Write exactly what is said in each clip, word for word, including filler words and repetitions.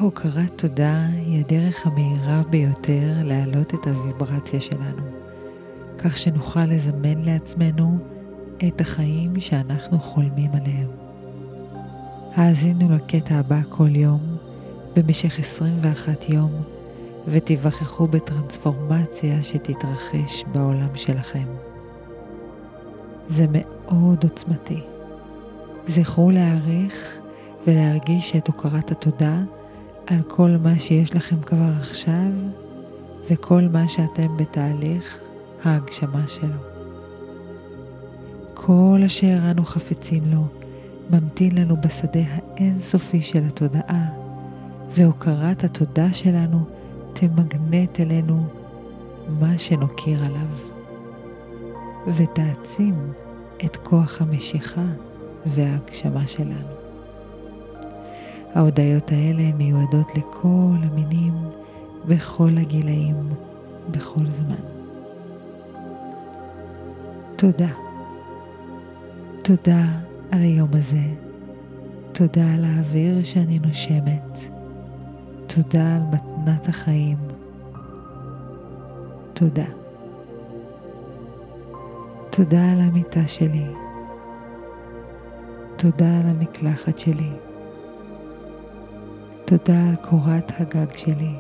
הוקרת תודה היא הדרך המהירה ביותר להעלות את הוויברציה שלנו, כך שנוכל לזמן לעצמנו את החיים שאנחנו חולמים עליהם. האזינו לקטע הבא כל יום במשך עשרים ואחד יום, ותיווכחו בטרנספורמציה שתתרחש בעולם שלכם. זה מאוד עוצמתי. זכרו להעריך ולהרגיש את הוקרת התודה על כל מה שיש לכם כבר עכשיו, וכל מה שאתם בתהליך ההגשמה שלו. כל אשר אנו חפצים לו ממתין לנו בשדה האינסופי של התודעה, והוקרת התודה שלנו תמגנט אלינו מה שנוקיר עליו, ותעצים את כוח המשיכה וההגשמה שלנו. ההודעות האלה מיועדות לכל המינים, בכל הגילאים, בכל זמן. תודה. תודה על היום הזה. תודה על האוויר שאני נושמת. תודה על מתנת החיים. תודה. תודה על המיטה שלי. תודה על המקלחת שלי. תודה על קורת הגג שלי.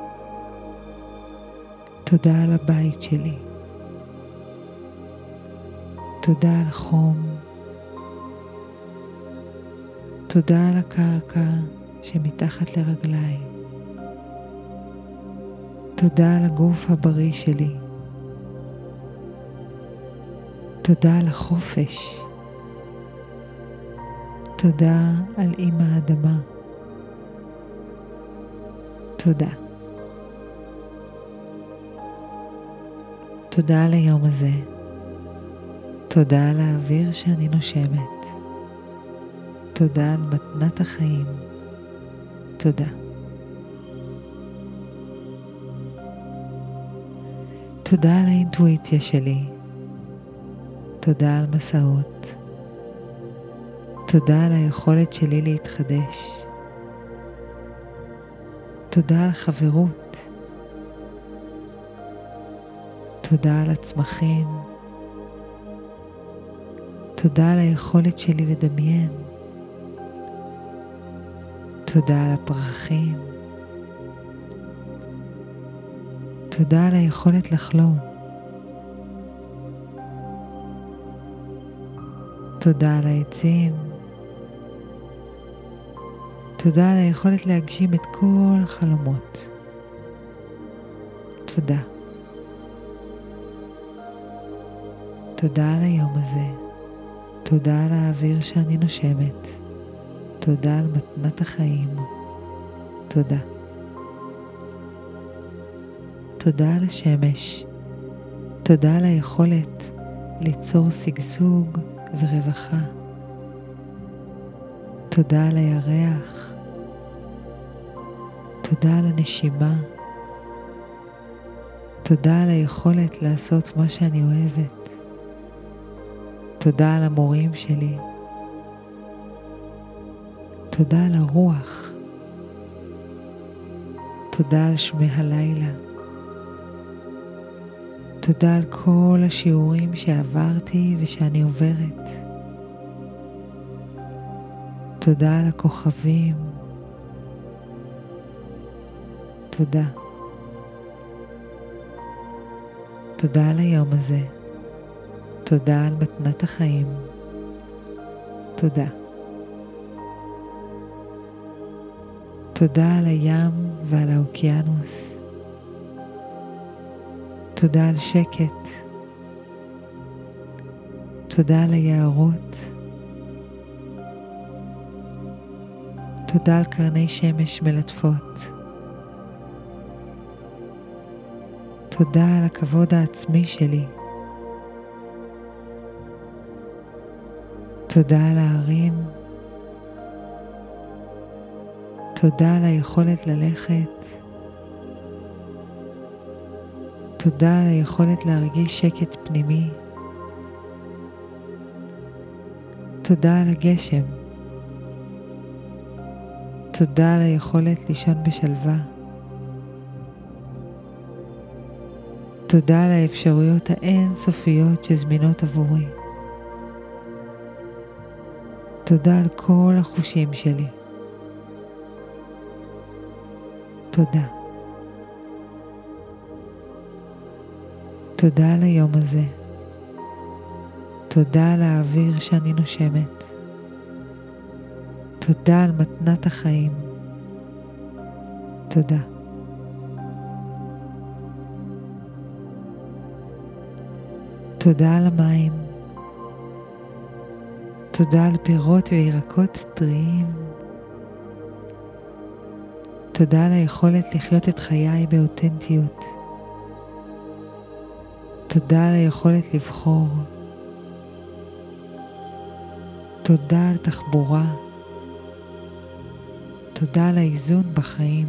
תודה על הבית שלי. תודה על חום. תודה על הקרקע שמתחת לרגליי. תודה על הגוף הבריא שלי. תודה על החופש. תודה על אמא האדמה. תודה. תודה על היום הזה. תודה על האוויר שאני נושמת. תודה על מתנת החיים. תודה. תודה על האינטואיציה שלי. תודה על מסעות. תודה על היכולת שלי להתחדש. תודה על חברות. תודה על הצמחים. תודה על היכולת שלי לדמיין. תודה על הפרחים. תודה על היכולת לחלום. תודה על העצים. תודה על היכולת להגשים את כל החלומות. תודה. תודה על היום הזה. תודה על האוויר שאני נושמת. תודה על מתנת החיים. תודה. תודה על השמש. תודה על היכולת ליצור שגשוג ורווחה. תודה על הירח. תודה על הנשימה. תודה על היכולת לעשות מה שאני אוהבת. תודה על המורים שלי. תודה על הרוח. תודה על שמי הלילה. תודה על כל השיעורים שעברתי ושאני עוברת. תודה על הכוכבים. תודה. תודה על היום הזה. תודה על מתנת החיים. תודה. תודה על הים ועל האוקיינוס. תודה על שקט. תודה על היערות. תודה על קרני שמש מלטפות. תודה על הכבוד העצמי שלי. תודה על ההרים. תודה על היכולת ללכת. תודה על היכולת להרגיש שקט פנימי. תודה על הגשם. תודה על היכולת לישון בשלווה. תודה על האפשרויות האינסופיות שזמינות עבורי. תודה על כל החושים שלי. תודה. תודה על היום הזה. תודה על האוויר שאני נושמת. תודה על מתנת החיים. תודה. תודה על המים. תודה על פירות וירקות טריים. תודה על היכולת לחיות את חיי באותנטיות. תודה על היכולת לבחור. תודה על תחבורה. תודה על האיזון בחיים.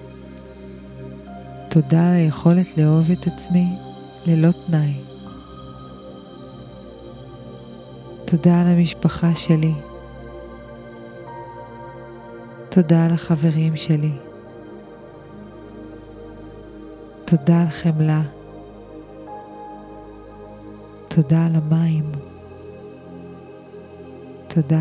תודה על היכולת לאהוב את עצמי ללא תנאי. תודה על המשפחה שלי. תודה על החברים שלי. תודה על חמלה. תודה על המים. תודה.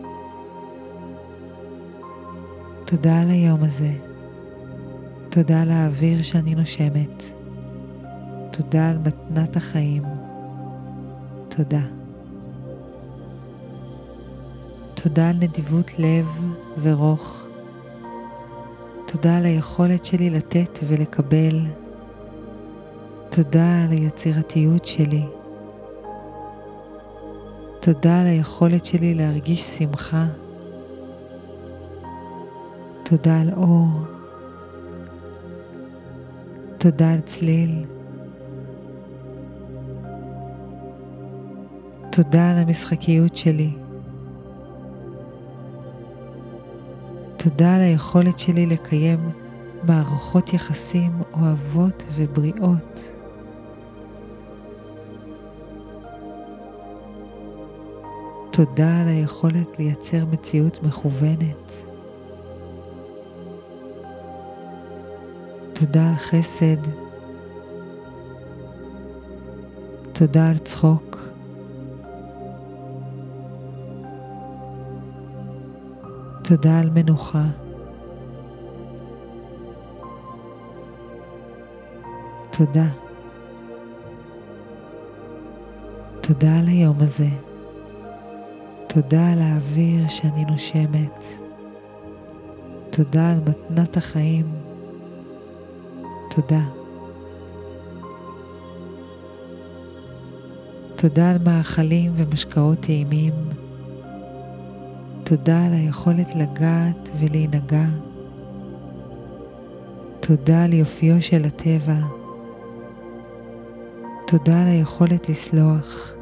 תודה על היום הזה. תודה על האוויר שאני נושמת. תודה על מתנת החיים. תודה. תודה על נדיבות לב ורוח. תודה על היכולת שלי לתת ולקבל. תודה על היצירתיות שלי. תודה על היכולת שלי להרגיש שמחה. תודה על אור. תודה על צליל. תודה על המשחקיות שלי. תודה על היכולת שלי לקיים מערכות יחסים אוהבות ובריאות. תודה על היכולת לייצר מציאות מכוונת. תודה על חסד. תודה על צחוק. תודה על מנוחה. תודה. תודה על היום הזה. תודה על האוויר שאני נושמת. תודה על מתנת החיים. תודה. תודה על מאכלים ומשקאות טעימים. תודה על היכולת לגעת ולהינגע. תודה על יופיו של הטבע. תודה על היכולת לסלוח.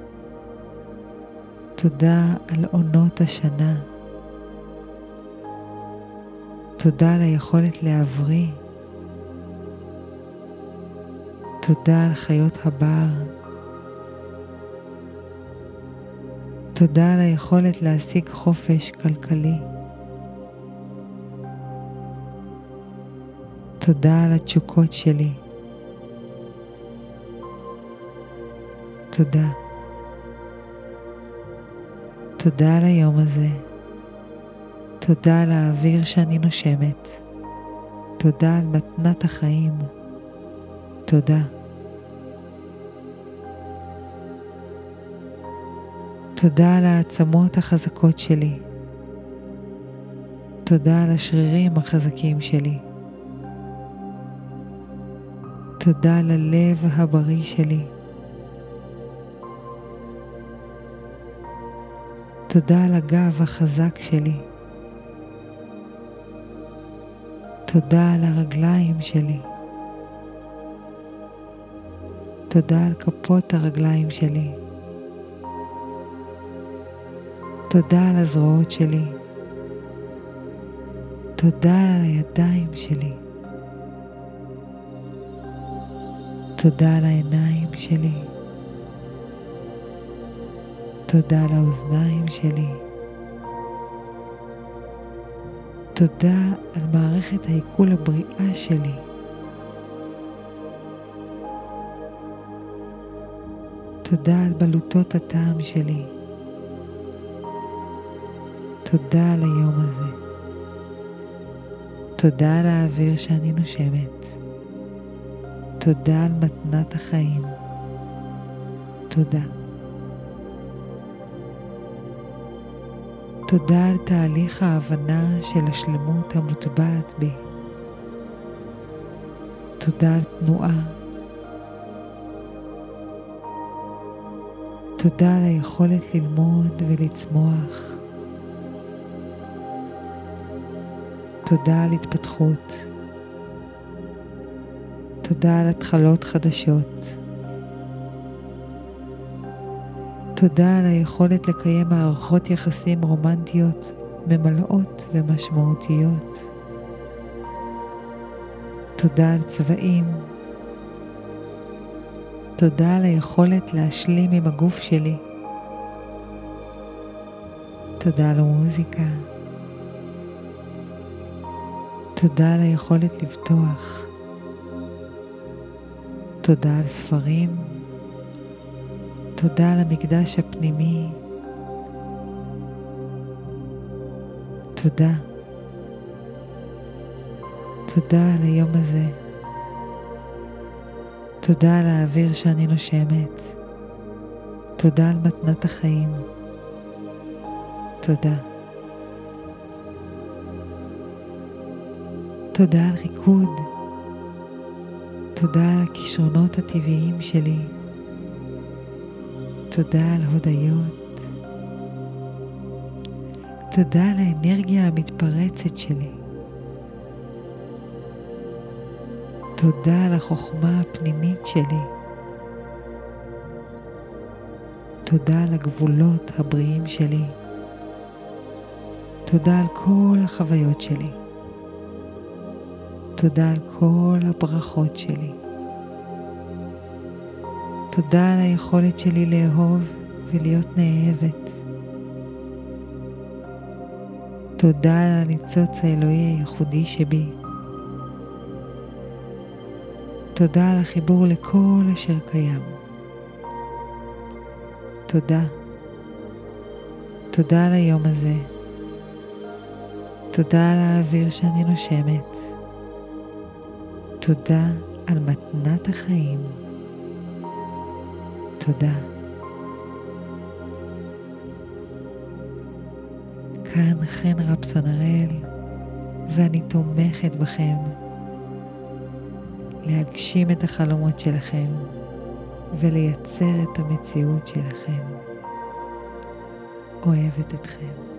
תודה על עונות השנה. תודה על היכולת להבריא. תודה על חיות הבר. תודה על היכולת להשיג חופש כלכלי. תודה על התשוקות שלי. תודה. תודה על היום הזה. תודה על האוויר שאני נושמת. תודה על מתנת החיים. תודה. תודה על העצמות החזקות שלי. תודה על השרירים החזקים שלי. תודה על הלב הבריא שלי. תודה על הגב החזק שלי. תודה על הרגליים שלי. תודה על כפות הרגליים שלי. תודה על הזרועות שלי. תודה על הידיים שלי. תודה על העיניים שלי. תודה על האוזניים שלי. תודה על מערכת העיכול הבריאה שלי. תודה על בלוטות הטעם שלי. תודה על היום הזה. תודה על האוויר שאני נושמת. תודה על מתנת החיים. תודה. תודה על תהליך ההבנה של השלמות המוטבעת בי. תודה על תנועה. תודה על היכולת ללמוד ולצמוח. תודה על התפתחות. תודה על התחלות חדשות. תודה על היכולת לקיים מערכות יחסים רומנטיות, ממלאות ומשמעותיות. תודה על צבעים. תודה על היכולת להשלים עם הגוף שלי. תודה על המוזיקה. תודה על היכולת לפתוח. תודה על ספרים. תודה על המקדש הפנימי. תודה. תודה על היום הזה. תודה על האוויר שאני נושמת. תודה על מתנת החיים. תודה. תודה על ריקוד. תודה על הכישרונות הטבעיים שלי. תודה על הודיות. תודה על האנרגיה המתפרצת שלי. תודה על החוכמה הפנימית שלי. תודה על הגבולות הבריאים שלי. תודה על כל החוויות שלי. תודה על כל הברכות שלי. תודה על היכולת שלי לאהוב ולהיות נאהבת. תודה על הניצוץ האלוהי הייחודי שבי. תודה על החיבור לכל אשר קיים. תודה. תודה על היום הזה. תודה על האוויר שאני נושמת. תודה על מתנת החיים. תודה. כאן חן רפסון הראל, ואני תומכת בכם להגשים את החלומות שלכם ולייצר את המציאות שלכם. אוהבת אתכם.